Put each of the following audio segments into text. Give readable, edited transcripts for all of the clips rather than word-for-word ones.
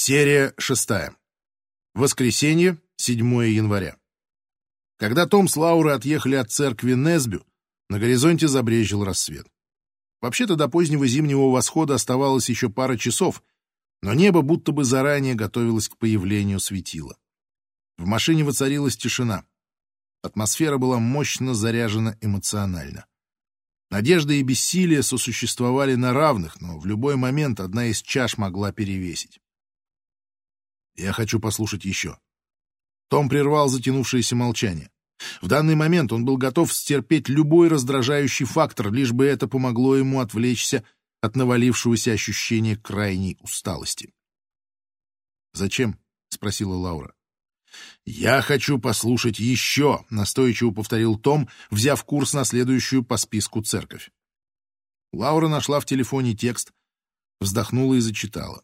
Серия 6. Воскресенье, 7 января. Когда Том с Лаурой отъехали от церкви Несбю, на горизонте забрезжил рассвет. Вообще-то до позднего зимнего восхода оставалось еще пара часов, но небо будто бы заранее готовилось к появлению светила. В машине воцарилась тишина. Атмосфера была мощно заряжена эмоционально. Надежда и бессилие сосуществовали на равных, но в любой момент одна из чаш могла перевесить. «Я хочу послушать еще». Том прервал затянувшееся молчание. В данный момент он был готов стерпеть любой раздражающий фактор, лишь бы это помогло ему отвлечься от навалившегося ощущения крайней усталости. «Зачем?» — спросила Лаура. «Я хочу послушать еще», — настойчиво повторил Том, взяв курс на следующую по списку церковь. Лаура нашла в телефоне текст, вздохнула и зачитала.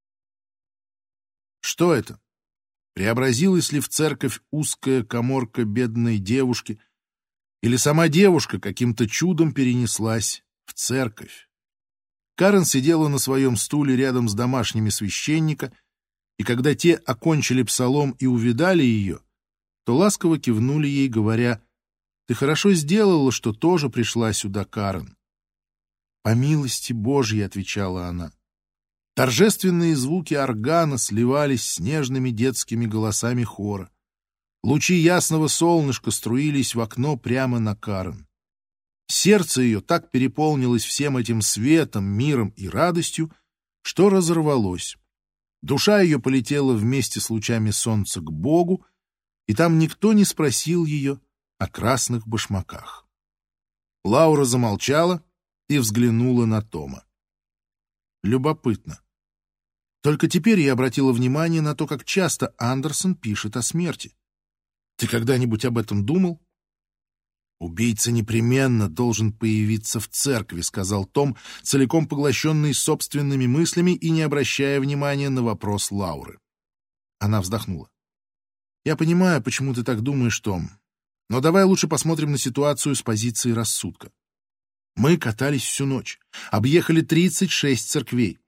Что это? Преобразилась ли в церковь узкая каморка бедной девушки, или сама девушка каким-то чудом перенеслась в церковь? Карен сидела на своем стуле рядом с домашними священника, и когда те окончили псалом и увидали ее, то ласково кивнули ей, говоря: «Ты хорошо сделала, что тоже пришла сюда, Карен». «По милости Божьей», — отвечала она. Торжественные звуки органа сливались с нежными детскими голосами хора. Лучи ясного солнышка струились в окно прямо на Карен. Сердце ее так переполнилось всем этим светом, миром и радостью, что разорвалось. Душа ее полетела вместе с лучами солнца к Богу, и там никто не спросил ее о красных башмаках. Лаура замолчала и взглянула на Тома. Любопытно. Только теперь я обратила внимание на то, как часто Андерсон пишет о смерти. Ты когда-нибудь об этом думал? «Убийца непременно должен появиться в церкви», — сказал Том, целиком поглощенный собственными мыслями и не обращая внимания на вопрос Лауры. Она вздохнула. «Я понимаю, почему ты так думаешь, Том, но давай лучше посмотрим на ситуацию с позиции рассудка. Мы катались всю ночь, объехали 36 церквей.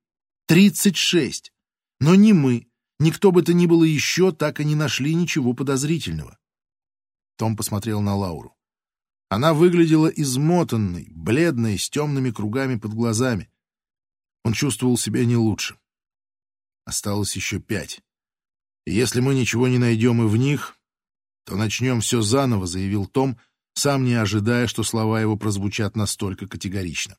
36! Но ни мы, ни кто бы то ни было еще так и не нашли ничего подозрительного». Том посмотрел на Лауру. Она выглядела измотанной, бледной, с темными кругами под глазами. Он чувствовал себя не лучше. Осталось еще 5. И если мы ничего не найдем и в них, то начнем все заново, заявил Том, сам не ожидая, что слова его прозвучат настолько категорично.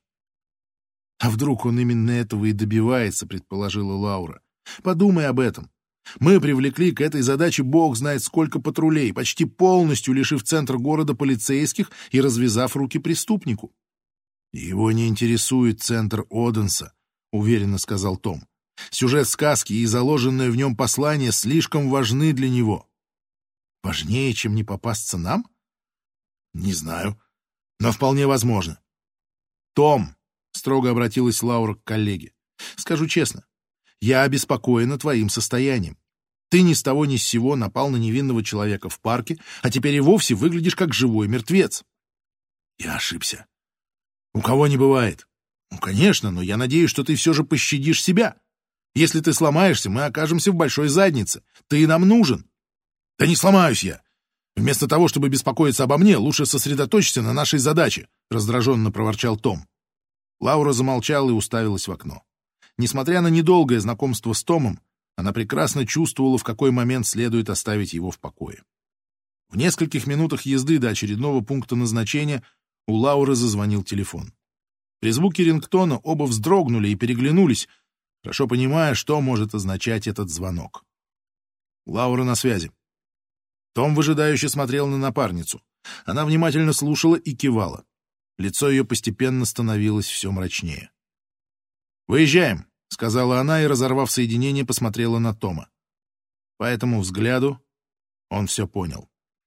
«А вдруг он именно этого и добивается», — предположила Лаура. «Подумай об этом. Мы привлекли к этой задаче бог знает сколько патрулей, почти полностью лишив центр города полицейских и развязав руки преступнику». «Его не интересует центр Оденса», — уверенно сказал Том. «Сюжет сказки и заложенное в нем послание слишком важны для него». «Важнее, чем не попасться нам?» «Не знаю, но вполне возможно». «Том», — строго обратилась Лаура к коллеге, — «скажу честно, я обеспокоена твоим состоянием. Ты ни с того ни с сего напал на невинного человека в парке, а теперь и вовсе выглядишь как живой мертвец». «Я ошибся. У кого не бывает». «Ну, конечно, но я надеюсь, что ты все же пощадишь себя. Если ты сломаешься, мы окажемся в большой заднице. Ты нам нужен». «Да не сломаюсь я. Вместо того, чтобы беспокоиться обо мне, лучше сосредоточься на нашей задаче», — раздраженно проворчал Том. Лаура замолчала и уставилась в окно. Несмотря на недолгое знакомство с Томом, она прекрасно чувствовала, в какой момент следует оставить его в покое. В нескольких минутах езды до очередного пункта назначения у Лауры зазвонил телефон. При звуке рингтона оба вздрогнули и переглянулись, хорошо понимая, что может означать этот звонок. Лаура на связи. Том выжидающе смотрел на напарницу. Она внимательно слушала и кивала. Лицо ее постепенно становилось все мрачнее. «Выезжаем», — сказала она и, разорвав соединение, посмотрела на Тома. По этому взгляду он все понял.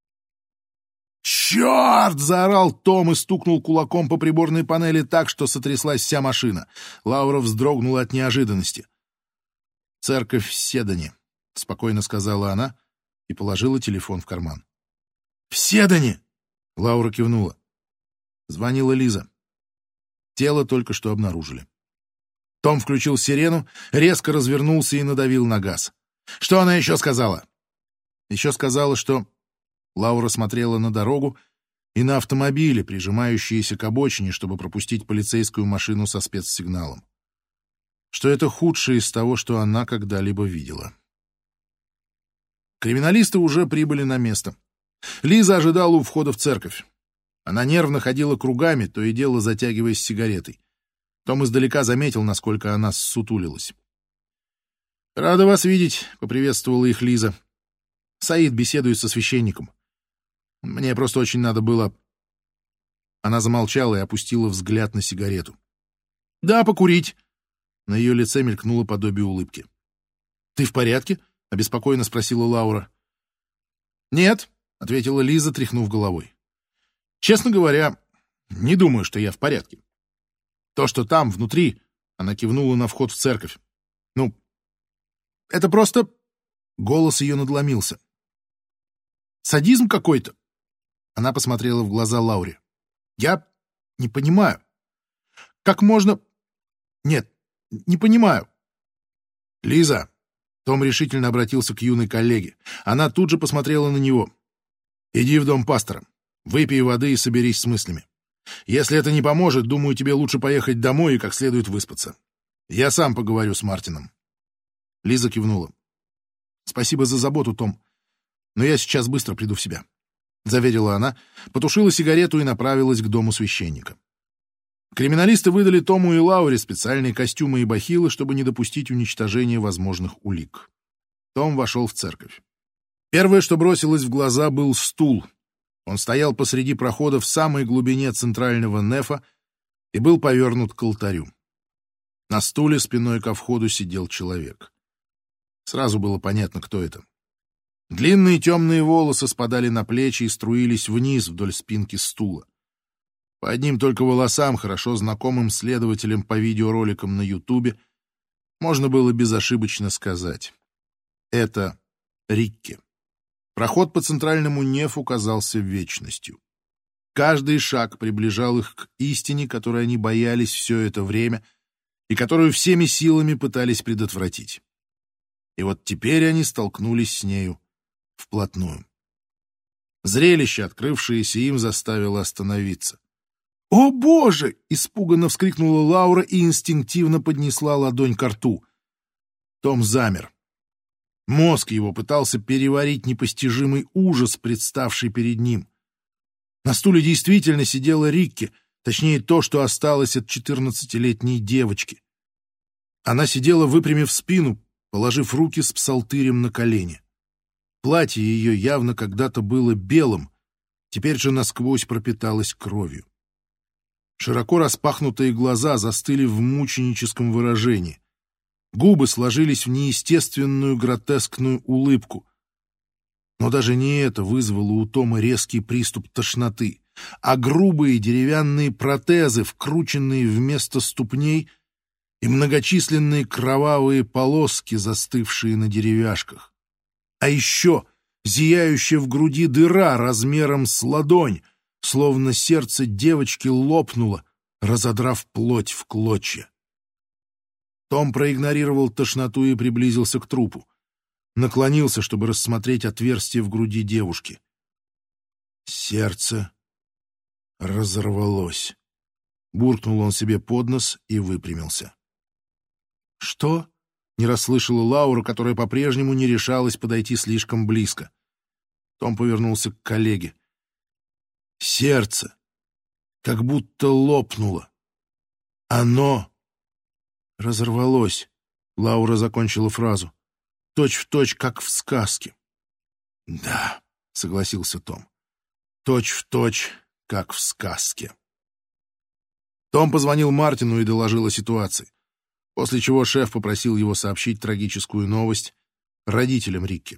«Черт!» — заорал Том и стукнул кулаком по приборной панели так, что сотряслась вся машина. Лаура вздрогнула от неожиданности. «Церковь в Седане», — спокойно сказала она и положила телефон в карман. «В Седане!» — Лаура кивнула. Звонила Лиза. Тело только что обнаружили. Том включил сирену, резко развернулся и надавил на газ. «Что она еще сказала?» «Еще сказала, что...» Лаура смотрела на дорогу и на автомобили, прижимающиеся к обочине, чтобы пропустить полицейскую машину со спецсигналом. Что это худшее из того, что она когда-либо видела. Криминалисты уже прибыли на место. Лиза ожидала у входа в церковь. Она нервно ходила кругами, то и дело затягиваясь сигаретой. Том издалека заметил, насколько она ссутулилась. «Рада вас видеть», — поприветствовала их Лиза. «Саид беседует со священником. Мне просто очень надо было...» Она замолчала и опустила взгляд на сигарету. «Да, покурить». На ее лице мелькнуло подобие улыбки. «Ты в порядке?» — обеспокоенно спросила Лаура. «Нет», — ответила Лиза, тряхнув головой. «Честно говоря, не думаю, что я в порядке. То, что там, внутри...» — она кивнула на вход в церковь. «Ну, это просто...» — голос ее надломился. «Садизм какой-то». Она посмотрела в глаза Лауре. «Я не понимаю. Как можно... Нет, не понимаю». «Лиза», — Том решительно обратился к юной коллеге. Она тут же посмотрела на него. «Иди в дом пастора, выпей воды и соберись с мыслями. Если это не поможет, думаю, тебе лучше поехать домой и как следует выспаться. Я сам поговорю с Мартином». Лиза кивнула. «Спасибо за заботу, Том, но я сейчас быстро приду в себя», — заверила она, потушила сигарету и направилась к дому священника. Криминалисты выдали Тому и Лауре специальные костюмы и бахилы, чтобы не допустить уничтожения возможных улик. Том вошел в церковь. Первое, что бросилось в глаза, был стул. Он стоял посреди прохода в самой глубине центрального нефа и был повернут к алтарю. На стуле спиной ко входу сидел человек. Сразу было понятно, кто это. Длинные темные волосы спадали на плечи и струились вниз вдоль спинки стула. По одним только волосам, хорошо знакомым следователям по видеороликам на Ютубе, можно было безошибочно сказать: это Рикки. Проход по центральному нефу казался вечностью. Каждый шаг приближал их к истине, которой они боялись все это время и которую всеми силами пытались предотвратить. И вот теперь они столкнулись с нею вплотную. Зрелище, открывшееся им, заставило остановиться. «О, Боже!» — испуганно вскрикнула Лаура и инстинктивно поднесла ладонь ко рту. Том замер. Мозг его пытался переварить непостижимый ужас, представший перед ним. На стуле действительно сидела Рикки, точнее, то, что осталось от 14-летней девочки. Она сидела, выпрямив спину, положив руки с псалтырем на колени. Платье ее явно когда-то было белым, теперь же насквозь пропиталось кровью. Широко распахнутые глаза застыли в мученическом выражении. Губы сложились в неестественную гротескную улыбку. Но даже не это вызвало у Тома резкий приступ тошноты, а грубые деревянные протезы, вкрученные вместо ступней, и многочисленные кровавые полоски, застывшие на деревяшках. А еще зияющая в груди дыра размером с ладонь, словно сердце девочки лопнуло, разодрав плоть в клочья. Том проигнорировал тошноту и приблизился к трупу. Наклонился, чтобы рассмотреть отверстие в груди девушки. Сердце разорвалось. Буркнул он себе под нос и выпрямился. «Что?» — не расслышала Лаура, которая по-прежнему не решалась подойти слишком близко. Том повернулся к коллеге. Сердце как будто лопнуло. Оно разорвалось. Лаура закончила фразу. Точь-в-точь, как в сказке. «Да», — согласился Том. «Точь-в-точь, как в сказке». Том позвонил Мартину и доложил о ситуации, после чего шеф попросил его сообщить трагическую новость родителям Рикки.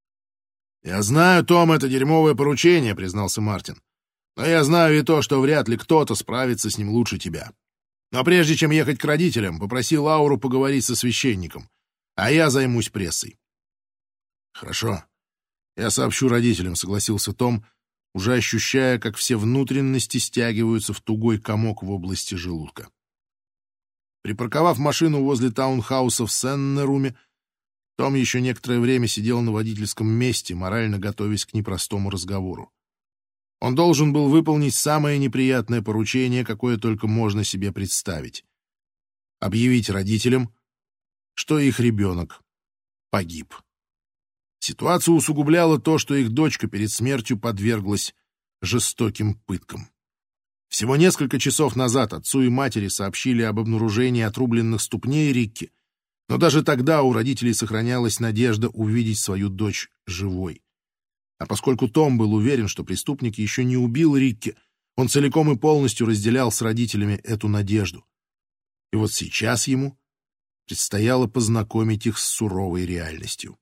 «Я знаю, Том, это дерьмовое поручение», — признался Мартин. «Но я знаю и то, что вряд ли кто-то справится с ним лучше тебя. Но прежде чем ехать к родителям, попроси Лауру поговорить со священником, а я займусь прессой». «Хорошо, я сообщу родителям», — согласился Том, уже ощущая, как все внутренности стягиваются в тугой комок в области желудка. Припарковав машину возле таунхауса в Сеннеруме, Том еще некоторое время сидел на водительском месте, морально готовясь к непростому разговору. Он должен был выполнить самое неприятное поручение, какое только можно себе представить. Объявить родителям, что их ребенок погиб. Ситуацию усугубляло то, что их дочка перед смертью подверглась жестоким пыткам. Всего несколько часов назад отцу и матери сообщили об обнаружении отрубленных ступней Рикки, но даже тогда у родителей сохранялась надежда увидеть свою дочь живой. А поскольку Том был уверен, что преступник еще не убил Рикки, он целиком и полностью разделял с родителями эту надежду. И вот сейчас ему предстояло познакомить их с суровой реальностью.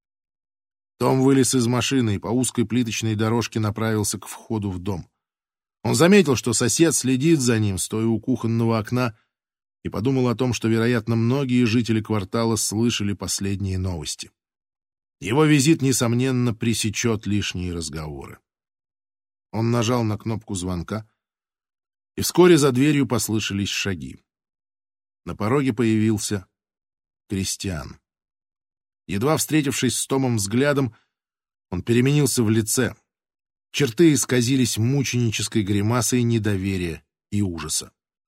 Том вылез из машины и по узкой плиточной дорожке направился к входу в дом. Он заметил, что сосед следит за ним, стоя у кухонного окна, и подумал о том, что, вероятно, многие жители квартала слышали последние новости. Его визит, несомненно, пресечет лишние разговоры. Он нажал на кнопку звонка, и вскоре за дверью послышались шаги. На пороге появился Кристиан. Едва встретившись с Томом взглядом, он переменился в лице. Черты исказились мученической гримасой недоверия и ужаса.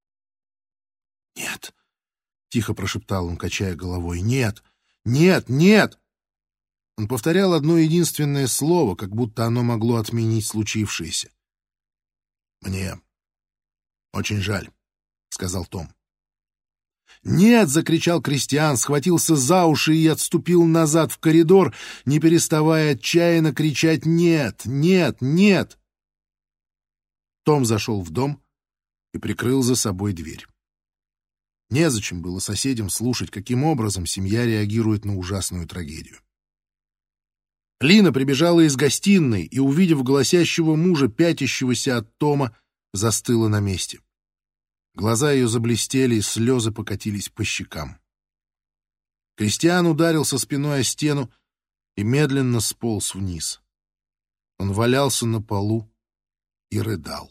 «Нет!» — тихо прошептал он, качая головой. «Нет! Нет! Нет!» Он повторял одно единственное слово, как будто оно могло отменить случившееся. «Мне очень жаль», — сказал Том. «Нет!» — закричал Кристиан, схватился за уши и отступил назад в коридор, не переставая отчаянно кричать «Нет! Нет! Нет!». Том зашел в дом и прикрыл за собой дверь. Незачем было соседям слушать, каким образом семья реагирует на ужасную трагедию. Лина прибежала из гостиной и, увидев голосящего мужа, пятящегося от Тома, застыла на месте. Глаза ее заблестели, и слезы покатились по щекам. Кристиан ударился спиной о стену и медленно сполз вниз. Он валялся на полу и рыдал.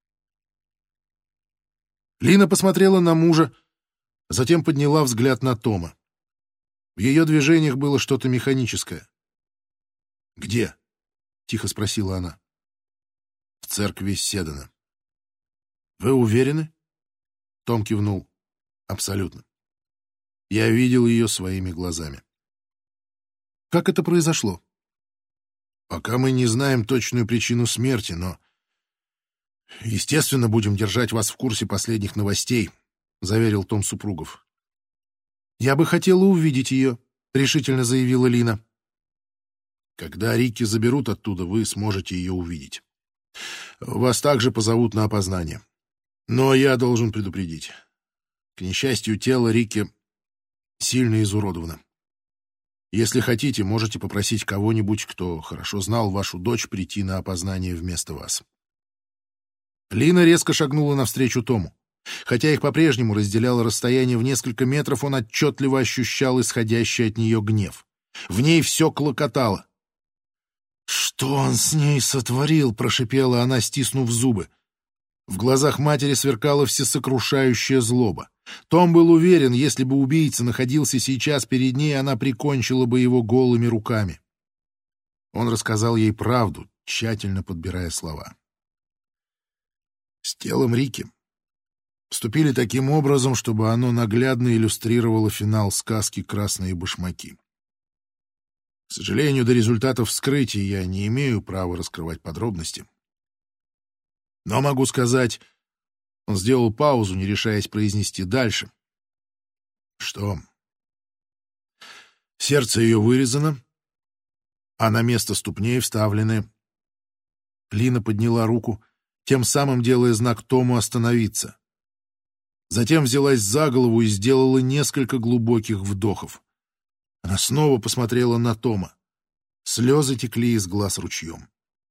Лина посмотрела на мужа, затем подняла взгляд на Тома. В ее движениях было что-то механическое. «Где?» — тихо спросила она. «В церкви Седана». «Вы уверены?» Том кивнул. «Абсолютно. Я видел ее своими глазами». «Как это произошло?» «Пока мы не знаем точную причину смерти, но, естественно, будем держать вас в курсе последних новостей», — заверил Том супругов. «Я бы хотела увидеть ее», — решительно заявила Лина. «Когда Рикки заберут оттуда, вы сможете ее увидеть. Вас также позовут на опознание. Но я должен предупредить. К несчастью, тело Рикки сильно изуродовано. Если хотите, можете попросить кого-нибудь, кто хорошо знал вашу дочь, прийти на опознание вместо вас». Лина резко шагнула навстречу Тому. Хотя их по-прежнему разделяло расстояние в несколько метров, он отчетливо ощущал исходящий от нее гнев. В ней все клокотало. «Что он с ней сотворил?» — прошипела она, стиснув зубы. В глазах матери сверкала всесокрушающая злоба. Том был уверен, если бы убийца находился сейчас перед ней, она прикончила бы его голыми руками. Он рассказал ей правду, тщательно подбирая слова. С телом Рикки поступили таким образом, чтобы оно наглядно иллюстрировало финал сказки «Красные башмаки». К сожалению, до результатов вскрытия я не имею права раскрывать подробности. Но могу сказать, он сделал паузу, не решаясь произнести дальше, что сердце ее вырезано, а на место ступней вставлены... Лина подняла руку, тем самым делая знак Тому остановиться. Затем взялась за голову и сделала несколько глубоких вдохов. Она снова посмотрела на Тома. Слезы текли из глаз ручьем.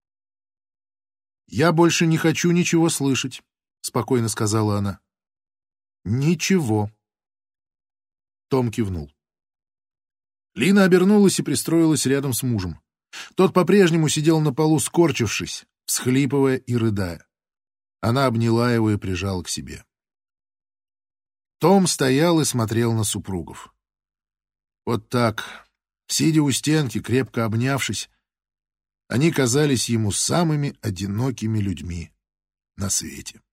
«Я больше не хочу ничего слышать», — спокойно сказала она. «Ничего». Том кивнул. Лина обернулась и пристроилась рядом с мужем. Тот по-прежнему сидел на полу, скорчившись, всхлипывая и рыдая. Она обняла его и прижала к себе. Том стоял и смотрел на супругов. Вот так, сидя у стенки, крепко обнявшись, они казались ему самыми одинокими людьми на свете.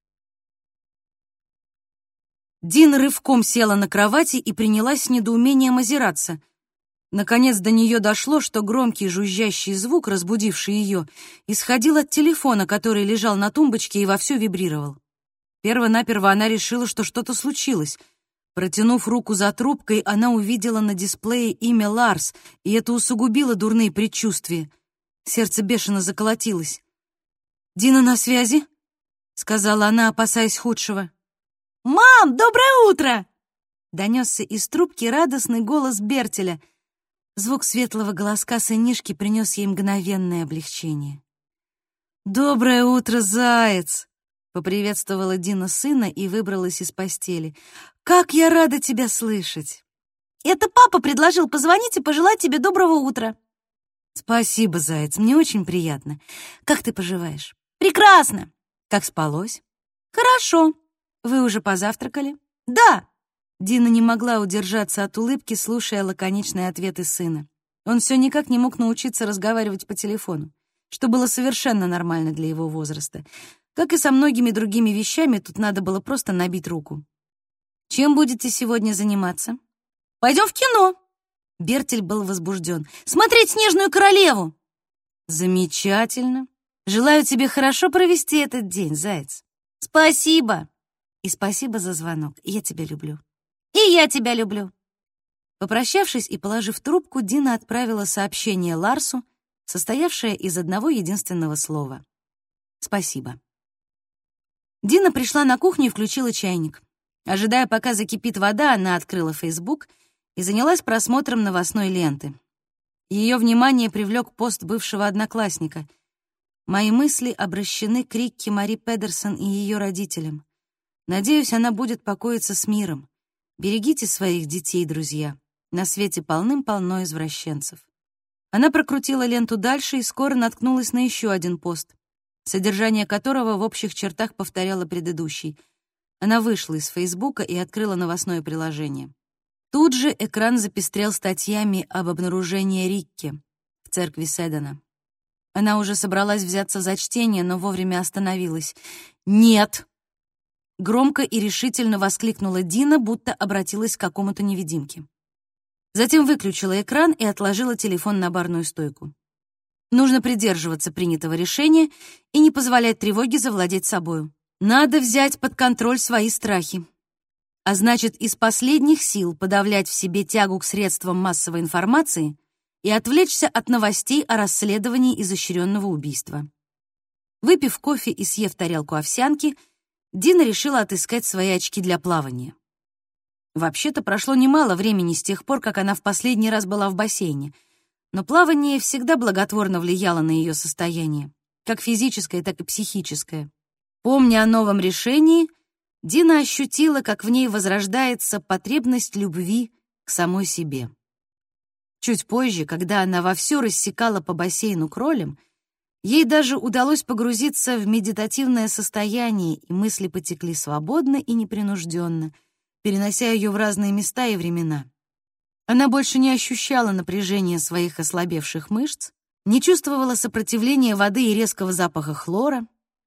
Дина рывком села на кровати и принялась с недоумением озираться. Наконец до нее дошло, что громкий жужжащий звук, разбудивший ее, исходил от телефона, который лежал на тумбочке и вовсю вибрировал. Перво-наперво она решила, что что-то случилось. Протянув руку за трубкой, она увидела на дисплее имя Ларс, и это усугубило дурные предчувствия. Сердце бешено заколотилось. «Дина на связи?» — сказала она, опасаясь худшего. «Мам, доброе утро!» — донесся из трубки радостный голос Бертеля. Звук светлого голоска сынишки принес ей мгновенное облегчение. «Доброе утро, заяц!» — поприветствовала Дина сына и выбралась из постели. «Как я рада тебя слышать!» «Это папа предложил позвонить и пожелать тебе доброго утра». «Спасибо, заяц, мне очень приятно. Как ты поживаешь?» «Прекрасно!» «Как спалось?» «Хорошо. Вы уже позавтракали?» «Да!» Дина не могла удержаться от улыбки, слушая лаконичные ответы сына. Он все никак не мог научиться разговаривать по телефону, что было совершенно нормально для его возраста. Как и со многими другими вещами, тут надо было просто набить руку. «Чем будете сегодня заниматься?» «Пойдем в кино!» Бертель был возбужден. «Смотреть «Снежную королеву!» «Замечательно! Желаю тебе хорошо провести этот день, заяц!» «Спасибо!» «И спасибо за звонок. Я тебя люблю». «И я тебя люблю». Попрощавшись и положив трубку, Дина отправила сообщение Ларсу, состоявшее из одного единственного слова. «Спасибо». Дина пришла на кухню и включила чайник. Ожидая, пока закипит вода, она открыла Facebook и занялась просмотром новостной ленты. Ее внимание привлек пост бывшего одноклассника. «Мои мысли обращены к Рикки Мари Педерсон и ее родителям. Надеюсь, она будет покоиться с миром. Берегите своих детей, друзья. На свете полным-полно извращенцев». Она прокрутила ленту дальше и скоро наткнулась на еще один пост, содержание которого в общих чертах повторяло предыдущий. Она вышла из Фейсбука и открыла новостное приложение. Тут же экран запестрел статьями об обнаружении Рикки в церкви Седана. Она уже собралась взяться за чтение, но вовремя остановилась. «Нет!» Громко и решительно воскликнула Дина, будто обратилась к какому-то невидимке. Затем выключила экран и отложила телефон на барную стойку. Нужно придерживаться принятого решения и не позволять тревоге завладеть собою. Надо взять под контроль свои страхи. А значит, из последних сил подавлять в себе тягу к средствам массовой информации и отвлечься от новостей о расследовании изощренного убийства. Выпив кофе и съев тарелку овсянки, Дина решила отыскать свои очки для плавания. Вообще-то прошло немало времени с тех пор, как она в последний раз была в бассейне, но плавание всегда благотворно влияло на ее состояние, как физическое, так и психическое. Помня о новом решении, Дина ощутила, как в ней возрождается потребность любви к самой себе. Чуть позже, когда она вовсю рассекала по бассейну кролем, ей даже удалось погрузиться в медитативное состояние, и мысли потекли свободно и непринужденно, перенося ее в разные места и времена. Она больше не ощущала напряжения своих ослабевших мышц, не чувствовала сопротивления воды и резкого запаха хлора.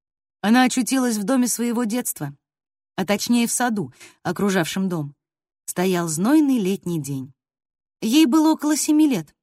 Она очутилась в доме своего детства, а точнее в саду, окружавшем дом. Стоял знойный летний день. Ей было около 7 лет.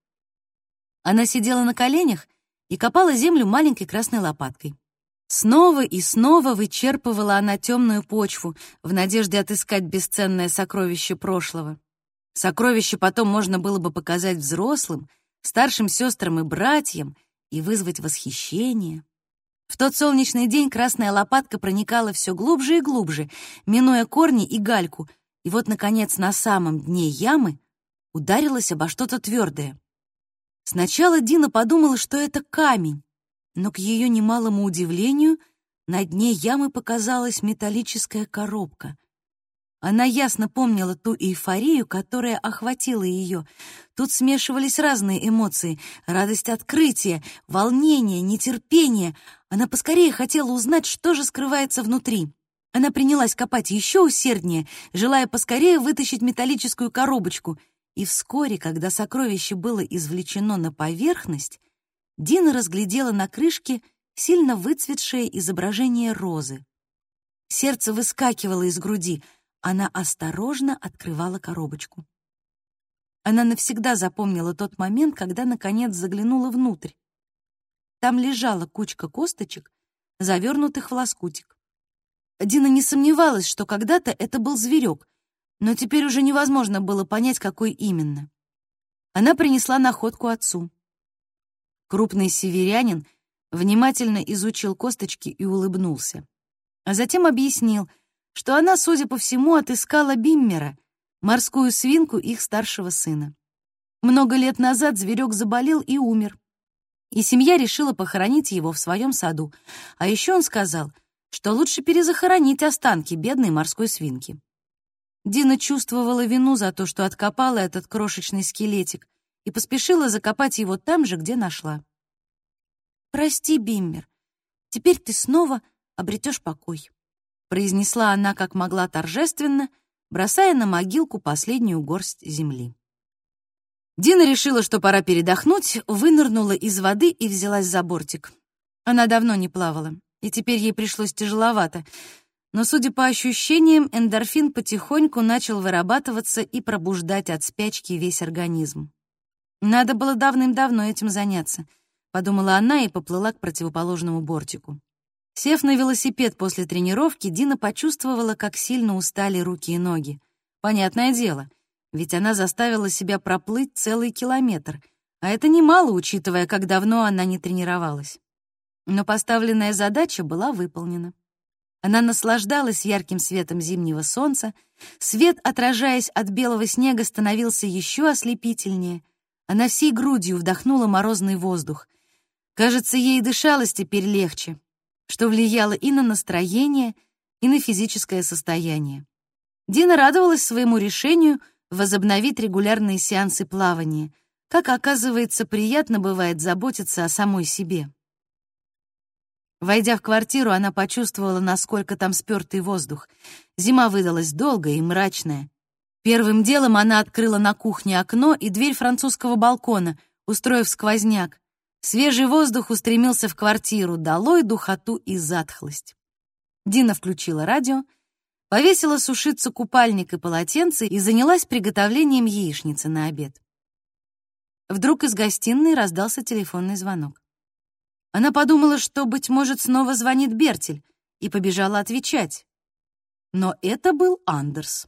Она сидела на коленях и копала землю маленькой красной лопаткой. Снова и снова вычерпывала она темную почву в надежде отыскать бесценное сокровище прошлого. Сокровище потом можно было бы показать взрослым, старшим сестрам и братьям и вызвать восхищение. В тот солнечный день красная лопатка проникала все глубже и глубже, минуя корни и гальку, и вот, наконец, на самом дне ямы ударилась обо что-то твердое. Сначала Дина подумала, что это камень, но, к ее немалому удивлению, на дне ямы показалась металлическая коробка. Она ясно помнила ту эйфорию, которая охватила ее. Тут смешивались разные эмоции: радость открытия, волнение, нетерпение. Она поскорее хотела узнать, что же скрывается внутри. Она принялась копать еще усерднее, желая поскорее вытащить металлическую коробочку, и вскоре, когда сокровище было извлечено на поверхность, Дина разглядела на крышке сильно выцветшее изображение розы. Сердце выскакивало из груди. Она осторожно открывала коробочку. Она навсегда запомнила тот момент, когда, наконец, заглянула внутрь. Там лежала кучка косточек, завернутых в лоскутик. Дина не сомневалась, что когда-то это был зверек, но теперь уже невозможно было понять, какой именно. Она принесла находку отцу. Крупный северянин внимательно изучил косточки и улыбнулся. А затем объяснил, что она, судя по всему, отыскала Биммера, морскую свинку их старшего сына. Много лет назад зверек заболел и умер, и семья решила похоронить его в своем саду. А еще он сказал, что лучше перезахоронить останки бедной морской свинки. Дина чувствовала вину за то, что откопала этот крошечный скелетик, и поспешила закопать его там же, где нашла. «Прости, Биммер, теперь ты снова обретешь покой», произнесла она как могла торжественно, бросая на могилку последнюю горсть земли. Дина решила, что пора передохнуть, вынырнула из воды и взялась за бортик. Она давно не плавала, и теперь ей пришлось тяжеловато, но, судя по ощущениям, эндорфин потихоньку начал вырабатываться и пробуждать от спячки весь организм. «Надо было давным-давно этим заняться», — подумала она и поплыла к противоположному бортику. Сев на велосипед после тренировки, Дина почувствовала, как сильно устали руки и ноги. Понятное дело, ведь она заставила себя проплыть целый километр, а это немало, учитывая, как давно она не тренировалась. Но поставленная задача была выполнена. Она наслаждалась ярким светом зимнего солнца, свет, отражаясь от белого снега, становился еще ослепительнее. Она всей грудью вдохнула морозный воздух. Кажется, ей дышалось теперь легче, что влияло и на настроение, и на физическое состояние. Дина радовалась своему решению возобновить регулярные сеансы плавания. Как оказывается, приятно бывает заботиться о самой себе. Войдя в квартиру, она почувствовала, насколько там спёртый воздух. Зима выдалась долгая и мрачная. Первым делом она открыла на кухне окно и дверь французского балкона, устроив сквозняк. Свежий воздух устремился в квартиру, долой духоту и затхлость. Дина включила радио, повесила сушиться купальник и полотенце и занялась приготовлением яичницы на обед. Вдруг из гостиной раздался телефонный звонок. Она подумала, что, быть может, снова звонит Бертель, и побежала отвечать. Но это был Андерс.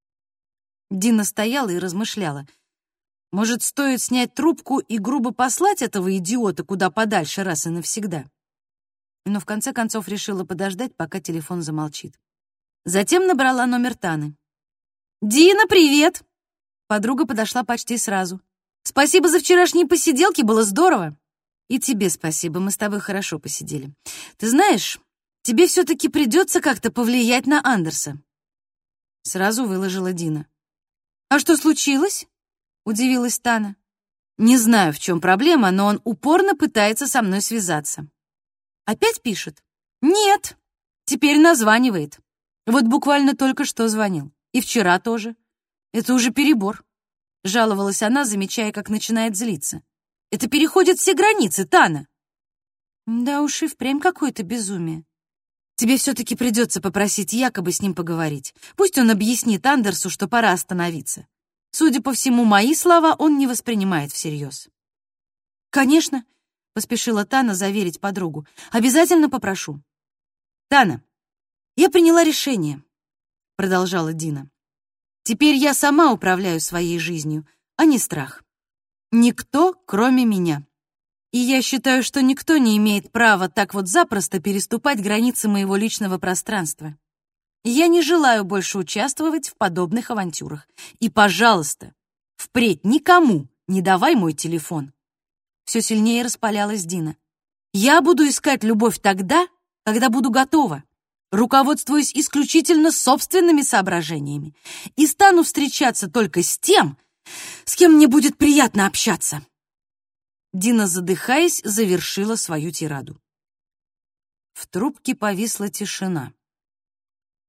Дина стояла и размышляла. Может, стоит снять трубку и грубо послать этого идиота куда подальше раз и навсегда? Но в конце концов решила подождать, пока телефон замолчит. Затем набрала номер Таны. «Дина, привет!» Подруга подошла почти сразу. «Спасибо за вчерашние посиделки, было здорово!» «И тебе спасибо, мы с тобой хорошо посидели. Ты знаешь, тебе все-таки придется как-то повлиять на Андерса». Сразу выложила Дина. «А что случилось?» — удивилась Тана. «Не знаю, в чем проблема, но он упорно пытается со мной связаться». «Опять пишет?» «Нет, теперь названивает. Вот буквально только что звонил. И вчера тоже. Это уже перебор», — жаловалась она, замечая, как начинает злиться. «Это переходит все границы, Тана». «Да уж и впрямь какое-то безумие. Тебе все-таки придется попросить Якоба с ним поговорить. Пусть он объяснит Андерсу, что пора остановиться. Судя по всему, мои слова он не воспринимает всерьез». «Конечно», — поспешила Тана заверить подругу. «Обязательно попрошу». «Тана, я приняла решение», — продолжала Дина. «Теперь я сама управляю своей жизнью, а не страх. Никто, кроме меня. И я считаю, что никто не имеет права так вот запросто переступать границы моего личного пространства. Я не желаю больше участвовать в подобных авантюрах. И, пожалуйста, впредь никому не давай мой телефон». Все сильнее распалялась Дина. «Я буду искать любовь тогда, когда буду готова, руководствуясь исключительно собственными соображениями, и стану встречаться только с тем, с кем мне будет приятно общаться». Дина, задыхаясь, завершила свою тираду. В трубке повисла тишина.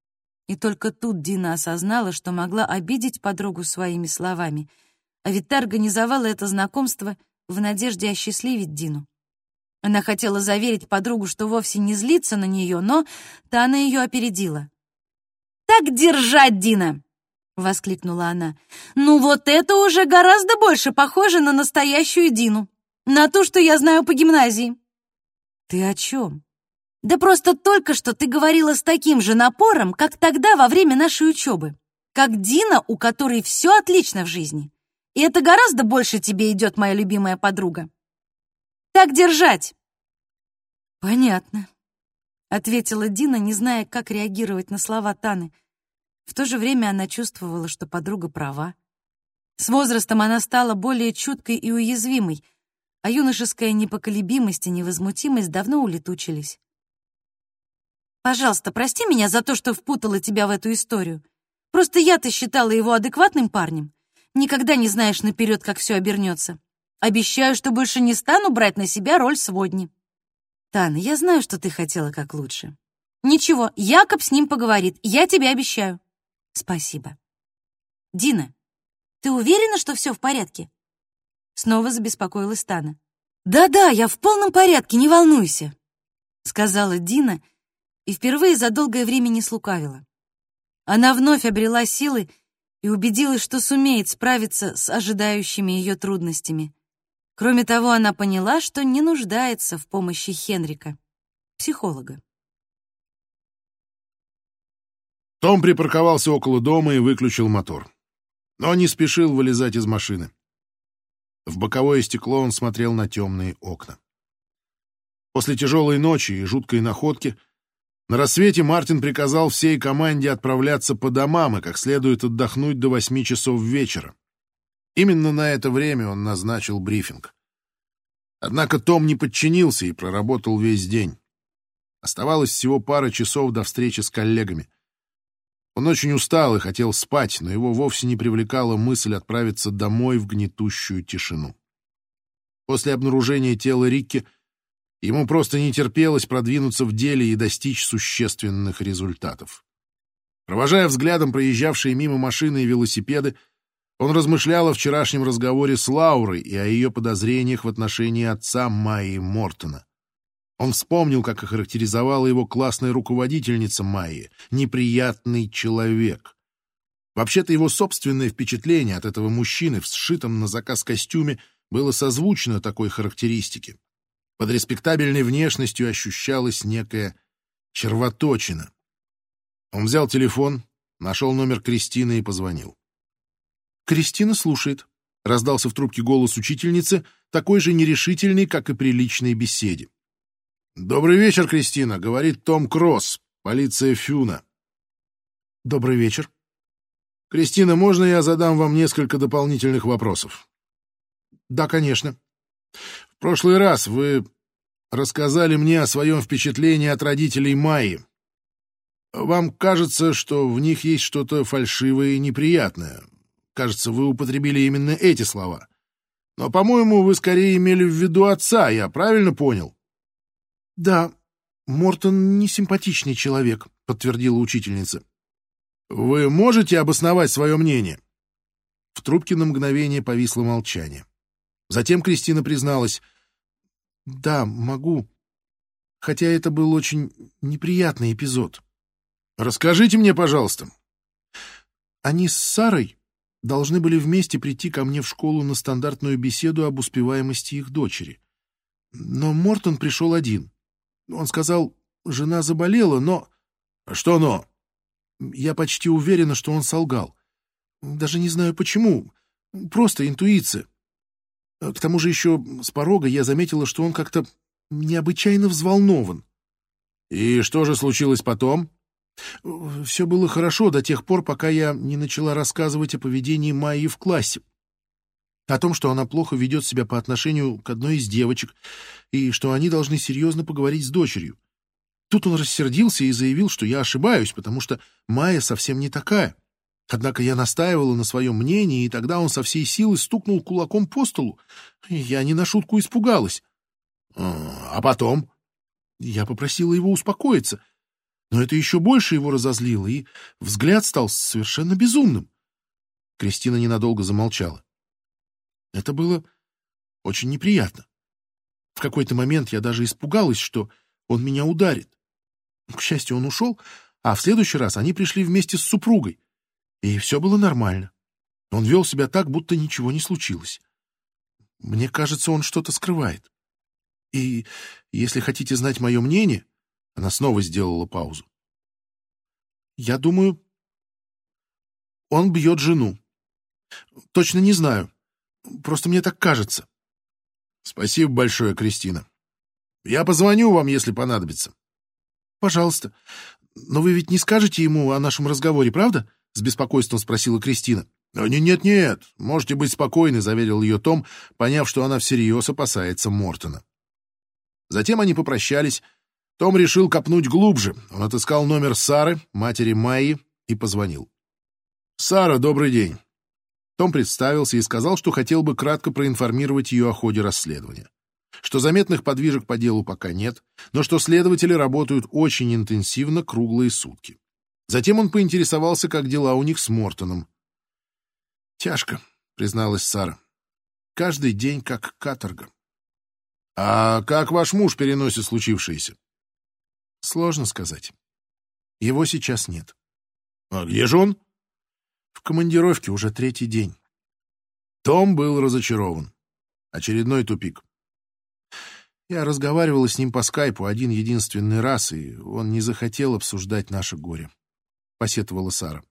И только тут Дина осознала, что могла обидеть подругу своими словами, а ведь та организовала это знакомство в надежде осчастливить Дину. Она хотела заверить подругу, что вовсе не злится на нее, но та она ее опередила. «Так держать, Дина!» — воскликнула она. «Ну вот это уже гораздо больше похоже на настоящую Дину, на ту, что я знаю по гимназии». «Ты о чем?» «Да просто только что ты говорила с таким же напором, как тогда во время нашей учебы, как Дина, у которой все отлично в жизни. И это гораздо больше тебе идет, моя любимая подруга. Так держать!» «Понятно», — ответила Дина, не зная, как реагировать на слова Таны. В то же время она чувствовала, что подруга права. С возрастом она стала более чуткой и уязвимой, а юношеская непоколебимость и невозмутимость давно улетучились. «Пожалуйста, прости меня за то, что впутала тебя в эту историю. Просто я-то считала его адекватным парнем. Никогда не знаешь наперед, как все обернется. Обещаю, что больше не стану брать на себя роль сводни». «Тана, я знаю, что ты хотела как лучше». «Ничего, Якоб с ним поговорит, я тебе обещаю». «Спасибо». «Дина, ты уверена, что все в порядке?» Снова забеспокоилась Тана. «Да-да, я в полном порядке, не волнуйся», — сказала Дина и впервые за долгое время не слукавила. Она вновь обрела силы и убедилась, что сумеет справиться с ожидающими ее трудностями. Кроме того, она поняла, что не нуждается в помощи Хенрика, психолога. Том припарковался около дома и выключил мотор, но не спешил вылезать из машины. В боковое стекло он смотрел на темные окна. После тяжелой ночи и жуткой находки на рассвете Мартин приказал всей команде отправляться по домам и как следует отдохнуть до 8 часов вечера. Именно на это время он назначил брифинг. Однако Том не подчинился и проработал весь день. Оставалось всего пара часов до встречи с коллегами. Он очень устал и хотел спать, но его вовсе не привлекала мысль отправиться домой в гнетущую тишину. После обнаружения тела Рикки ему просто не терпелось продвинуться в деле и достичь существенных результатов. Провожая взглядом проезжавшие мимо машины и велосипеды, он размышлял о вчерашнем разговоре с Лаурой и о ее подозрениях в отношении отца Майи Мортона. Он вспомнил, как охарактеризовала его классная руководительница Майи — неприятный человек. Вообще-то его собственное впечатление от этого мужчины в сшитом на заказ костюме было созвучно такой характеристике. Под респектабельной внешностью ощущалась некая червоточина. Он взял телефон, нашел номер Кристины и позвонил. «Кристина слушает», — раздался в трубке голос учительницы, такой же нерешительный, как и при личной беседе. «Добрый вечер, Кристина», — говорит Том Кросс, полиция Фюна. «Добрый вечер». «Кристина, можно я задам вам несколько дополнительных вопросов?» «Да, конечно». «В прошлый раз вы рассказали мне о своем впечатлении от родителей Майи. Вам кажется, что в них есть что-то фальшивое и неприятное. Кажется, вы употребили именно эти слова. Но, по-моему, вы скорее имели в виду отца, я правильно понял?» «Да, Мортон не симпатичный человек», — подтвердила учительница. «Вы можете обосновать свое мнение?» В трубке на мгновение повисло молчание. Затем Кристина призналась: «Да, могу. Хотя это был очень неприятный эпизод». «Расскажите мне, пожалуйста». «Они с Сарой должны были вместе прийти ко мне в школу на стандартную беседу об успеваемости их дочери. Но Мортон пришел один. Он сказал, жена заболела, но...» «Что но?» «Я почти уверена, что он солгал. Даже не знаю почему. Просто интуиция. К тому же еще с порога я заметила, что он как-то необычайно взволнован». «И что же случилось потом?» «Все было хорошо до тех пор, пока я не начала рассказывать о поведении Майи в классе. О том, что она плохо ведет себя по отношению к одной из девочек, и что они должны серьезно поговорить с дочерью. Тут он рассердился и заявил, что я ошибаюсь, потому что Майя совсем не такая. Однако я настаивала на своем мнении, и тогда он со всей силы стукнул кулаком по столу. Я не на шутку испугалась. А потом? Я попросила его успокоиться. Но это еще больше его разозлило, и взгляд стал совершенно безумным. Кристина ненадолго замолчала. Это было очень неприятно. В какой-то момент я даже испугалась, что он меня ударит. К счастью, он ушел, а в следующий раз они пришли вместе с супругой, и все было нормально. Он вел себя так, будто ничего не случилось. Мне кажется, он что-то скрывает. И если хотите знать мое мнение, она снова сделала паузу. Я думаю, он бьет жену. Точно не знаю. Просто мне так кажется. Спасибо большое, Кристина. Я позвоню вам, если понадобится. Пожалуйста. Но вы ведь не скажете ему о нашем разговоре, правда? С беспокойством спросила Кристина. Нет, можете быть спокойны, заверил ее Том, поняв, что она всерьез опасается Мортона. Затем они попрощались. Том решил копнуть глубже. Он отыскал номер Сары, матери Майи, и позвонил. «Сара, добрый день». Том представился и сказал, что хотел бы кратко проинформировать ее о ходе расследования. Что заметных подвижек по делу пока нет, но что следователи работают очень интенсивно круглые сутки. Затем он поинтересовался, как дела у них с Мортоном. «Тяжко», — призналась Сара. «Каждый день как каторга». «А как ваш муж переносит случившееся?» «Сложно сказать. Его сейчас нет». «А где же он?» «В командировке уже 3-й день». Том был разочарован. Очередной тупик. Я разговаривала с ним по скайпу один-единственный раз, и он не захотел обсуждать наше горе. Посетовала Сара.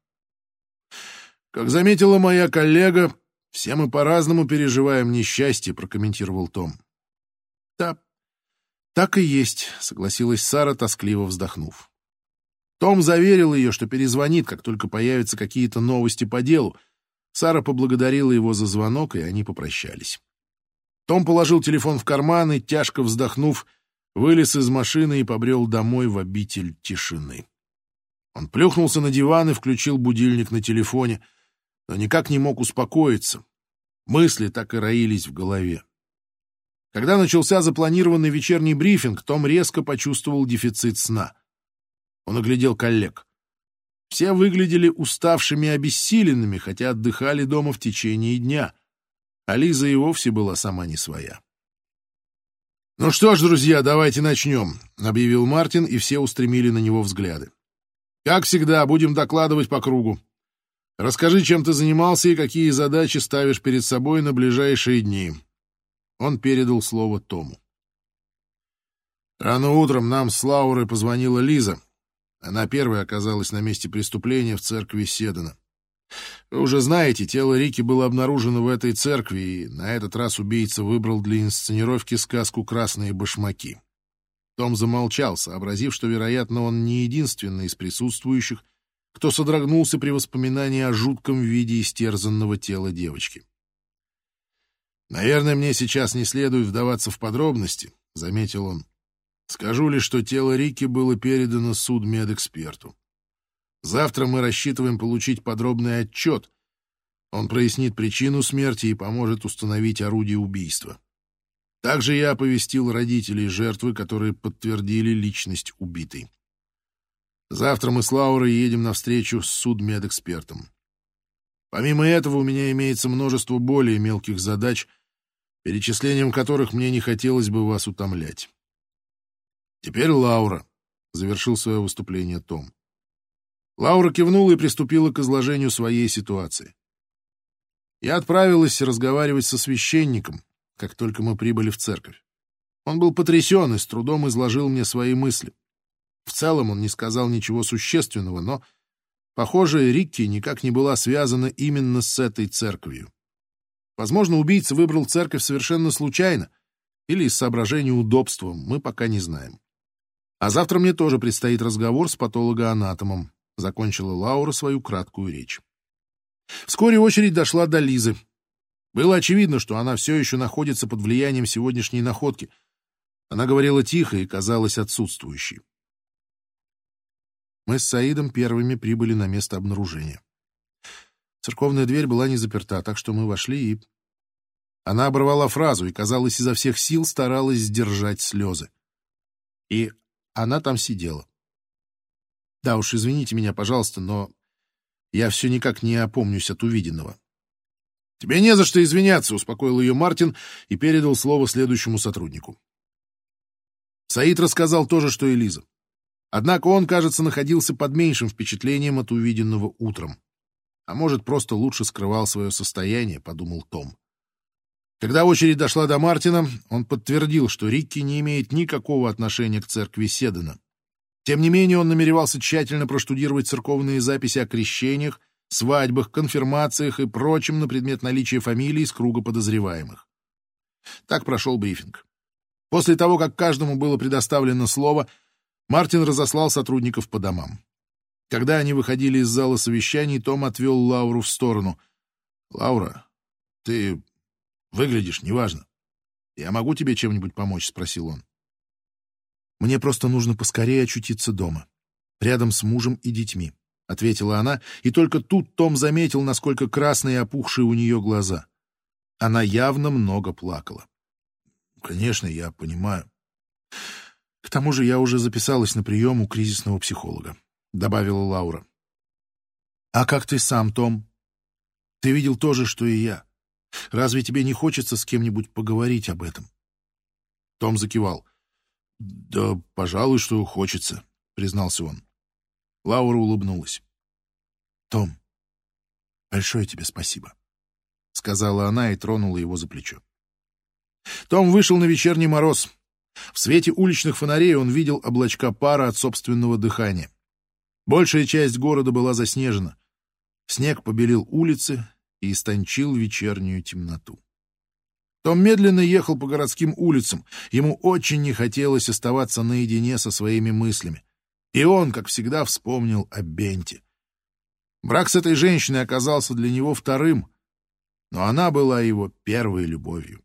«Как заметила моя коллега, все мы по-разному переживаем несчастье», — прокомментировал Том. «Да, так и есть», — согласилась Сара, тоскливо вздохнув. Том заверил ее, что перезвонит, как только появятся какие-то новости по делу. Сара поблагодарила его за звонок, и они попрощались. Том положил телефон в карман и, тяжко вздохнув, вылез из машины и побрел домой в обитель тишины. Он плюхнулся на диван и включил будильник на телефоне, но никак не мог успокоиться. Мысли так и роились в голове. Когда начался запланированный вечерний брифинг, Том резко почувствовал дефицит сна. Он оглядел коллег. Все выглядели уставшими и обессиленными, хотя отдыхали дома в течение дня. А Лиза и вовсе была сама не своя. «Ну что ж, друзья, давайте начнем», — объявил Мартин, и все устремили на него взгляды. «Как всегда, будем докладывать по кругу. Расскажи, чем ты занимался и какие задачи ставишь перед собой на ближайшие дни». Он передал слово Тому. Рано утром нам с Лаурой позвонила Лиза. Она первой оказалась на месте преступления в церкви Седана. Вы уже знаете, тело Рики было обнаружено в этой церкви, и на этот раз убийца выбрал для инсценировки сказку «Красные башмаки». Том замолчал, сообразив, что, вероятно, он не единственный из присутствующих, кто содрогнулся при воспоминании о жутком виде истерзанного тела девочки. «Наверное, мне сейчас не следует вдаваться в подробности», — заметил он. «Скажу лишь, что тело Рики было передано судмедэксперту. Завтра мы рассчитываем получить подробный отчет. Он прояснит причину смерти и поможет установить орудие убийства. Также я оповестил родителей жертвы, которые подтвердили личность убитой. Завтра мы с Лаурой едем на встречу с судмедэкспертом. Помимо этого, у меня имеется множество более мелких задач, перечислением которых мне не хотелось бы вас утомлять. Теперь Лаура», — завершил свое выступление Том. Лаура кивнула и приступила к изложению своей ситуации. Я отправилась разговаривать со священником, как только мы прибыли в церковь. Он был потрясен и с трудом изложил мне свои мысли. В целом он не сказал ничего существенного, но, похоже, Рикки никак не была связана именно с этой церковью. Возможно, убийца выбрал церковь совершенно случайно или из соображений удобства, мы пока не знаем. А завтра мне тоже предстоит разговор с патологоанатомом, закончила Лаура свою краткую речь. Вскоре очередь дошла до Лизы. Было очевидно, что она все еще находится под влиянием сегодняшней находки. Она говорила тихо и казалась отсутствующей. Мы с Саидом первыми прибыли на место обнаружения. Церковная дверь была не заперта, так что мы вошли и... Она оборвала фразу и, казалось, изо всех сил старалась сдержать слезы. И она там сидела. Да уж, извините меня, пожалуйста, но я все никак не опомнюсь от увиденного. «Тебе не за что извиняться», — успокоил ее Мартин и передал слово следующему сотруднику. Саид рассказал то же, что и Лиза. Однако он, кажется, находился под меньшим впечатлением от увиденного утром. А может, просто лучше скрывал свое состояние, подумал Том. Когда очередь дошла до Мартина, он подтвердил, что Рикки не имеет никакого отношения к церкви Седена. Тем не менее, он намеревался тщательно проштудировать церковные записи о крещениях, свадьбах, конфирмациях и прочем на предмет наличия фамилий из круга подозреваемых. Так прошел брифинг. После того, как каждому было предоставлено слово, Мартин разослал сотрудников по домам. Когда они выходили из зала совещаний, Том отвел Лауру в сторону. «Лаура, ты выглядишь неважно. Я могу тебе чем-нибудь помочь?» — спросил он. «Мне просто нужно поскорее очутиться дома, рядом с мужем и детьми», — ответила она, и только тут Том заметил, насколько красные и опухшие у нее глаза. Она явно много плакала. «Конечно, я понимаю. К тому же я уже записалась на прием у кризисного психолога», — добавила Лаура. «А как ты сам, Том? Ты видел то же, что и я. Разве тебе не хочется с кем-нибудь поговорить об этом?» Том закивал. «Да, пожалуй, что хочется», — признался он. Лаура улыбнулась. «Том, большое тебе спасибо», — сказала она и тронула его за плечо. Том вышел на вечерний мороз. В свете уличных фонарей он видел облачка пара от собственного дыхания. Большая часть города была заснежена. Снег побелил улицы и истончил вечернюю темноту. Том медленно ехал по городским улицам. Ему очень не хотелось оставаться наедине со своими мыслями. И он, как всегда, вспомнил о Бенте. Брак с этой женщиной оказался для него вторым, но она была его первой любовью.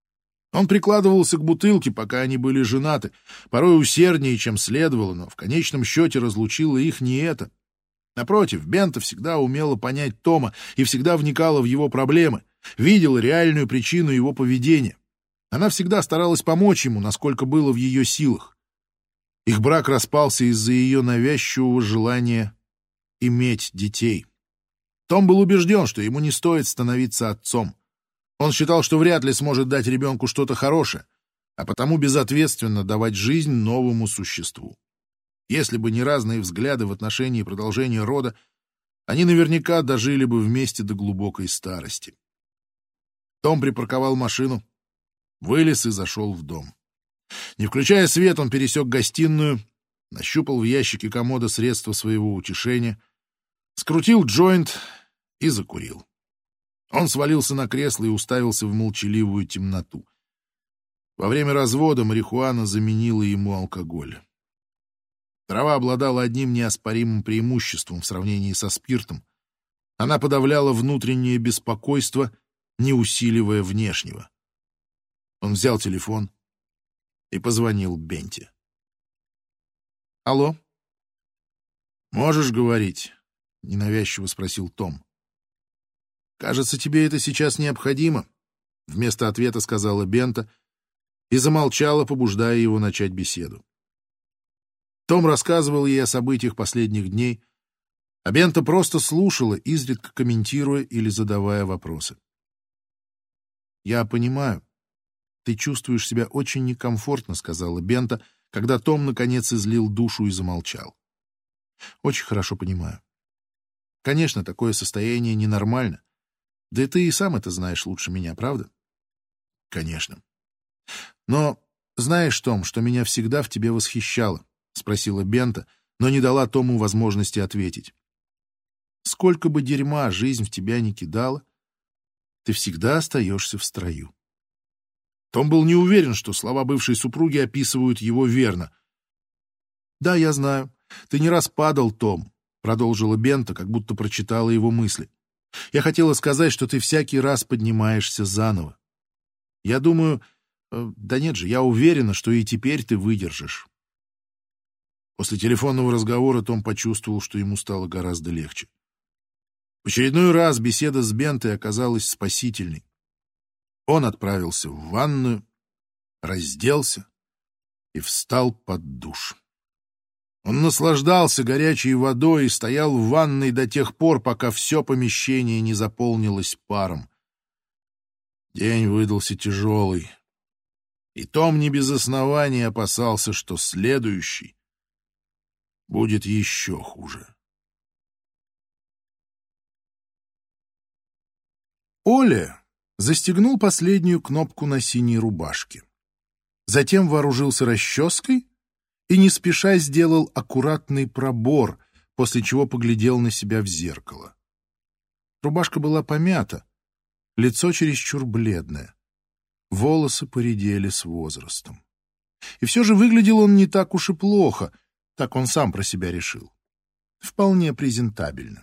Он прикладывался к бутылке, пока они были женаты, порой усерднее, чем следовало, но в конечном счете разлучило их не это. Напротив, Бента всегда умела понять Тома и всегда вникала в его проблемы, видела реальную причину его поведения. Она всегда старалась помочь ему, насколько было в ее силах. Их брак распался из-за ее навязчивого желания иметь детей. Том был убежден, что ему не стоит становиться отцом. Он считал, что вряд ли сможет дать ребенку что-то хорошее, а потому безответственно давать жизнь новому существу. Если бы не разные взгляды в отношении продолжения рода, они наверняка дожили бы вместе до глубокой старости. Том припарковал машину, вылез и зашел в дом. Не включая свет, он пересек гостиную, нащупал в ящике комода средства своего утешения, скрутил джойнт и закурил. Он свалился на кресло и уставился в молчаливую темноту. Во время развода марихуана заменила ему алкоголь. Трава обладала одним неоспоримым преимуществом в сравнении со спиртом. Она подавляла внутреннее беспокойство, не усиливая внешнего. Он взял телефон и позвонил Бенте. «Алло?» «Можешь говорить?» — ненавязчиво спросил Том. «Кажется, тебе это сейчас необходимо», — вместо ответа сказала Бента и замолчала, побуждая его начать беседу. Том рассказывал ей о событиях последних дней, а Бента просто слушала, изредка комментируя или задавая вопросы. «Я понимаю, ты чувствуешь себя очень некомфортно», — сказала Бента, когда Том, наконец, излил душу и замолчал. «Очень хорошо понимаю. Конечно, такое состояние ненормально. Да и ты и сам это знаешь лучше меня, правда?» «Конечно. Но знаешь, Том, что меня всегда в тебе восхищало?» — спросила Бента, но не дала Тому возможности ответить. «Сколько бы дерьма жизнь в тебя ни кидала, ты всегда остаешься в строю». Том был не уверен, что слова бывшей супруги описывают его верно. «Да, я знаю. Ты не раз падал, Том», — продолжила Бента, как будто прочитала его мысли. «Я хотела сказать, что ты всякий раз поднимаешься заново. Я думаю... Да нет же, я уверена, что и теперь ты выдержишь». После телефонного разговора Том почувствовал, что ему стало гораздо легче. В очередной раз беседа с Бентой оказалась спасительной. Он отправился в ванную, разделся и встал под душ. Он наслаждался горячей водой и стоял в ванной до тех пор, пока все помещение не заполнилось паром. День выдался тяжелый, и Том не без основания опасался, что следующий будет еще хуже. Оля застегнул последнюю кнопку на синей рубашке. Затем вооружился расческой и не спеша сделал аккуратный пробор, после чего поглядел на себя в зеркало. Рубашка была помята, лицо чересчур бледное, волосы поредели с возрастом. И все же выглядел он не так уж и плохо, так он сам про себя решил. Вполне презентабельно.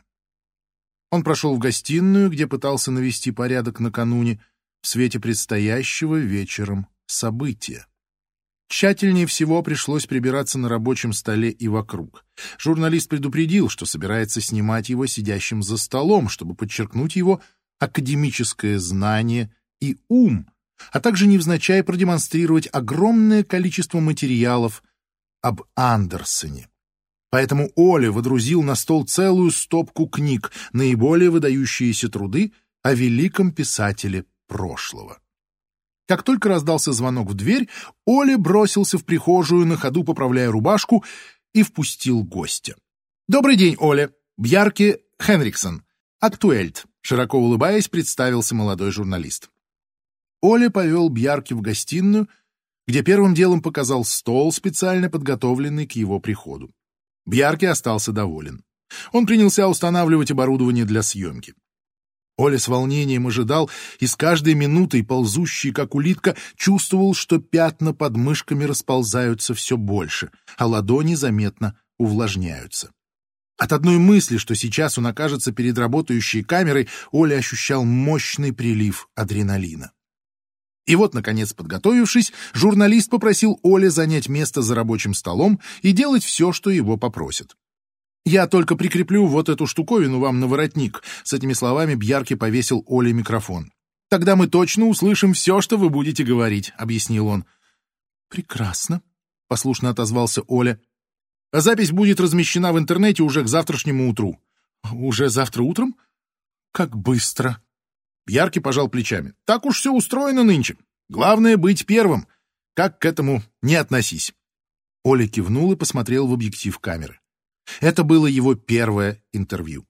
Он прошел в гостиную, где пытался навести порядок накануне в свете предстоящего вечером события. Тщательнее всего пришлось прибираться на рабочем столе и вокруг. Журналист предупредил, что собирается снимать его сидящим за столом, чтобы подчеркнуть его академическое знание и ум, а также невзначай продемонстрировать огромное количество материалов об Андерсоне. Поэтому Оля водрузил на стол целую стопку книг, наиболее выдающиеся труды о великом писателе прошлого. Как только раздался звонок в дверь, Оля бросился в прихожую, на ходу поправляя рубашку, и впустил гостя. «Добрый день, Оля. Бьярке Хенриксон. Актуэльт», — широко улыбаясь, представился молодой журналист. Оля повел Бьярке в гостиную, где первым делом показал стол, специально подготовленный к его приходу. Бьярке остался доволен. Он принялся устанавливать оборудование для съемки. Оля с волнением ожидал и с каждой минутой, ползущий как улитка, чувствовал, что пятна под мышками расползаются все больше, а ладони заметно увлажняются. От одной мысли, что сейчас он окажется перед работающей камерой, Оля ощущал мощный прилив адреналина. И вот, наконец, подготовившись, журналист попросил Оле занять место за рабочим столом и делать все, что его попросят. «Я только прикреплю вот эту штуковину вам на воротник», — с этими словами Бьярке повесил Оле микрофон. «Тогда мы точно услышим все, что вы будете говорить», — объяснил он. «Прекрасно», — послушно отозвался Оля. «Запись будет размещена в интернете уже к завтрашнему утру». «Уже завтра утром? Как быстро!» Бьярке пожал плечами. «Так уж все устроено нынче. Главное — быть первым. Как к этому не относись». Оля кивнул и посмотрел в объектив камеры. Это было его первое интервью.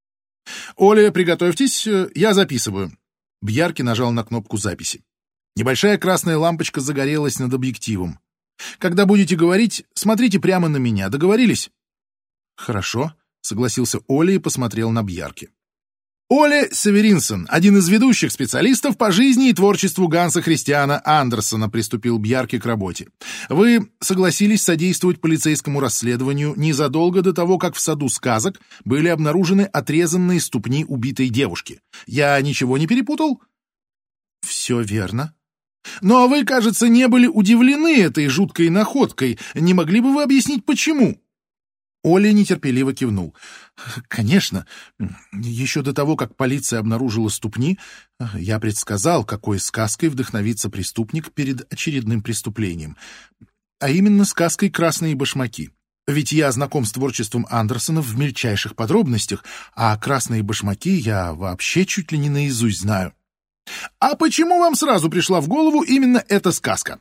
«Оля, приготовьтесь, я записываю». Бьярке нажал на кнопку записи. Небольшая красная лампочка загорелась над объективом. «Когда будете говорить, смотрите прямо на меня. Договорились?» «Хорошо», — согласился Оля и посмотрел на Бьярке. Оля Северинсон, один из ведущих специалистов по жизни и творчеству Ганса Христиана Андерсена, приступил Бьярке к работе. Вы согласились содействовать полицейскому расследованию незадолго до того, как в саду сказок были обнаружены отрезанные ступни убитой девушки. Я ничего не перепутал? Все верно. Но вы, кажется, не были удивлены этой жуткой находкой. Не могли бы вы объяснить, почему? Оля нетерпеливо кивнул. «Конечно. Еще до того, как полиция обнаружила ступни, я предсказал, какой сказкой вдохновится преступник перед очередным преступлением. А именно сказкой «Красные башмаки». Ведь я знаком с творчеством Андерсона в мельчайших подробностях, а «Красные башмаки» я вообще чуть ли не наизусть знаю. А почему вам сразу пришла в голову именно эта сказка?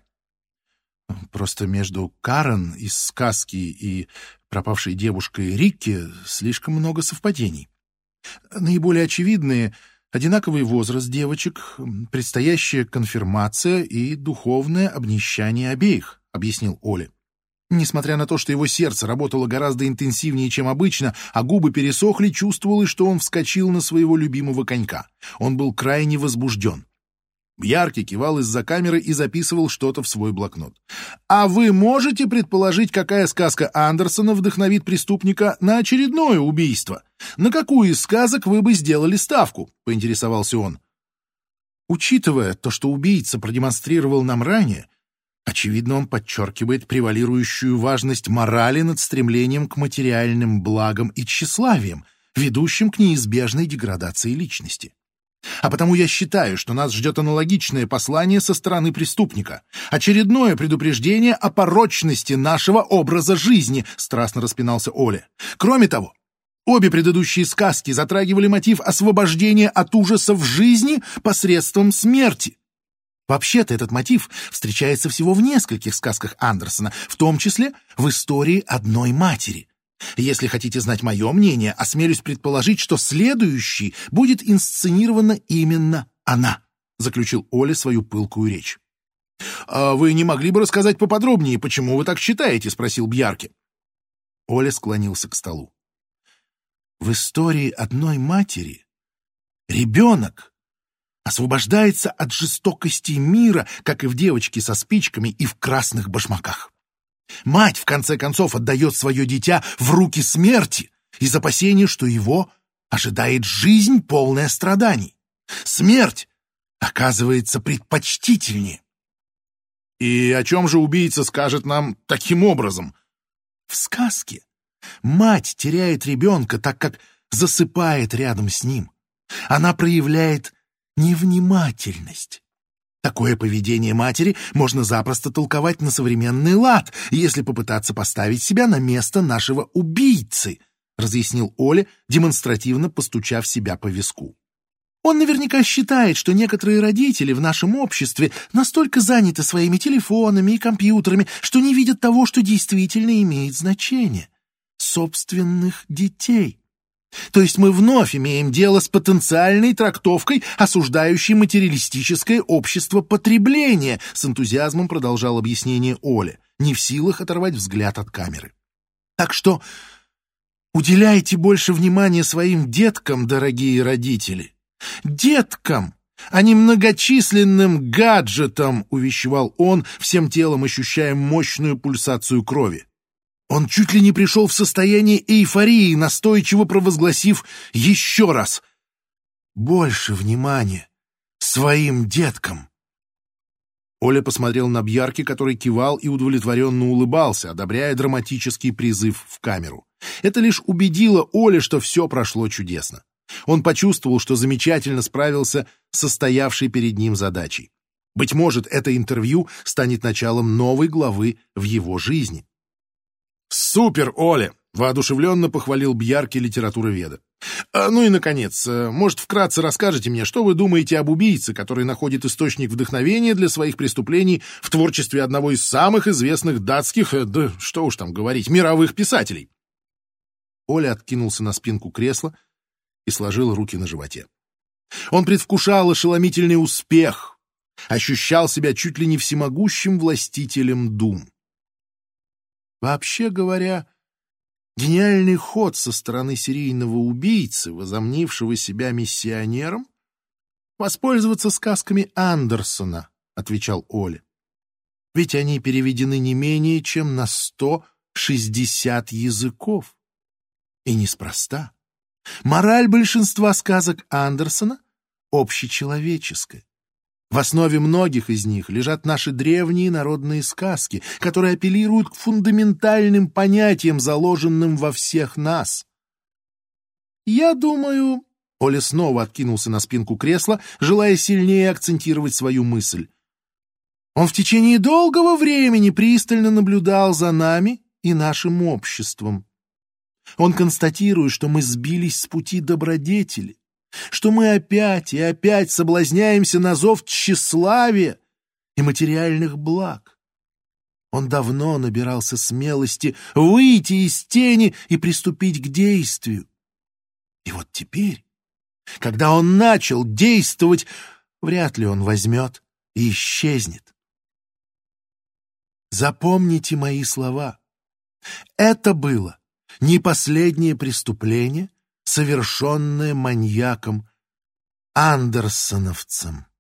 Просто между Карен из сказки и пропавшей девушкой Рикки слишком много совпадений. Наиболее очевидные — одинаковый возраст девочек, предстоящая конфирмация и духовное обнищание обеих, — объяснил Оля. Несмотря на то, что его сердце работало гораздо интенсивнее, чем обычно, а губы пересохли, чувствовалось, что он вскочил на своего любимого конька. Он был крайне возбужден. Бьярке кивал из-за камеры и записывал что-то в свой блокнот. «А вы можете предположить, какая сказка Андерсона вдохновит преступника на очередное убийство? На какую из сказок вы бы сделали ставку?» — поинтересовался он. Учитывая то, что убийца продемонстрировал нам ранее, очевидно, он подчеркивает превалирующую важность морали над стремлением к материальным благам и тщеславием, ведущим к неизбежной деградации личности. А потому я считаю, что нас ждет аналогичное послание со стороны преступника. Очередное предупреждение о порочности нашего образа жизни, страстно распинался Оля. Кроме того, обе предыдущие сказки затрагивали мотив освобождения от ужасов жизни посредством смерти. Вообще-то этот мотив встречается всего в нескольких сказках Андерсона, в том числе в истории одной матери. Если хотите знать мое мнение, осмелюсь предположить, что следующий будет инсценирована именно она, заключил Оля свою пылкую речь. «А вы не могли бы рассказать поподробнее, почему вы так считаете?» — спросил Бьярки. Оля склонился к столу. В истории одной матери ребенок освобождается от жестокости мира, как и в «Девочке со спичками» и в «Красных башмаках». Мать, в конце концов, отдает свое дитя в руки смерти из опасения, что его ожидает жизнь, полная страданий. Смерть оказывается предпочтительнее. И о чем же убийца скажет нам таким образом? В сказке мать теряет ребенка, так как засыпает рядом с ним. Она проявляет невнимательность. Такое поведение матери можно запросто толковать на современный лад, если попытаться поставить себя на место нашего убийцы, разъяснил Оля, демонстративно постучав себя по виску. Он наверняка считает, что некоторые родители в нашем обществе настолько заняты своими телефонами и компьютерами, что не видят того, что действительно имеет значение — собственных детей. То есть мы вновь имеем дело с потенциальной трактовкой, осуждающей материалистическое общество потребления, с энтузиазмом продолжал объяснение Оля, не в силах оторвать взгляд от камеры. Так что уделяйте больше внимания своим деткам, дорогие родители. Деткам, а не многочисленным гаджетам, увещевал он, всем телом ощущая мощную пульсацию крови. Он чуть ли не пришел в состояние эйфории, настойчиво провозгласив еще раз: «Больше внимания своим деткам!» Оля посмотрел на Бьярки, который кивал и удовлетворенно улыбался, одобряя драматический призыв в камеру. Это лишь убедило Оля, что все прошло чудесно. Он почувствовал, что замечательно справился с состоявшей перед ним задачей. Быть может, это интервью станет началом новой главы в его жизни. «Супер, Оля!» — воодушевленно похвалил Бьярки литературоведа. «Ну и, наконец, может, вкратце расскажете мне, что вы думаете об убийце, который находит источник вдохновения для своих преступлений в творчестве одного из самых известных датских, да что уж там говорить, мировых писателей?» Оля откинулся на спинку кресла и сложил руки на животе. Он предвкушал ошеломительный успех, ощущал себя чуть ли не всемогущим властителем дум. Вообще говоря, гениальный ход со стороны серийного убийцы, возомнившего себя миссионером, воспользоваться сказками Андерсона, отвечал Оля. Ведь они переведены не менее чем на 160 языков. И неспроста. Мораль большинства сказок Андерсона общечеловеческая. В основе многих из них лежат наши древние народные сказки, которые апеллируют к фундаментальным понятиям, заложенным во всех нас. Я думаю... Оля снова откинулся на спинку кресла, желая сильнее акцентировать свою мысль. Он в течение долгого времени пристально наблюдал за нами и нашим обществом. Он констатирует, что мы сбились с пути добродетели, что мы опять и опять соблазняемся на зов тщеславия и материальных благ. Он давно набирался смелости выйти из тени и приступить к действию. И вот теперь, когда он начал действовать, вряд ли он возьмет и исчезнет. Запомните мои слова. Это было не последнее преступление, совершенное маньяком Андерсоновцем.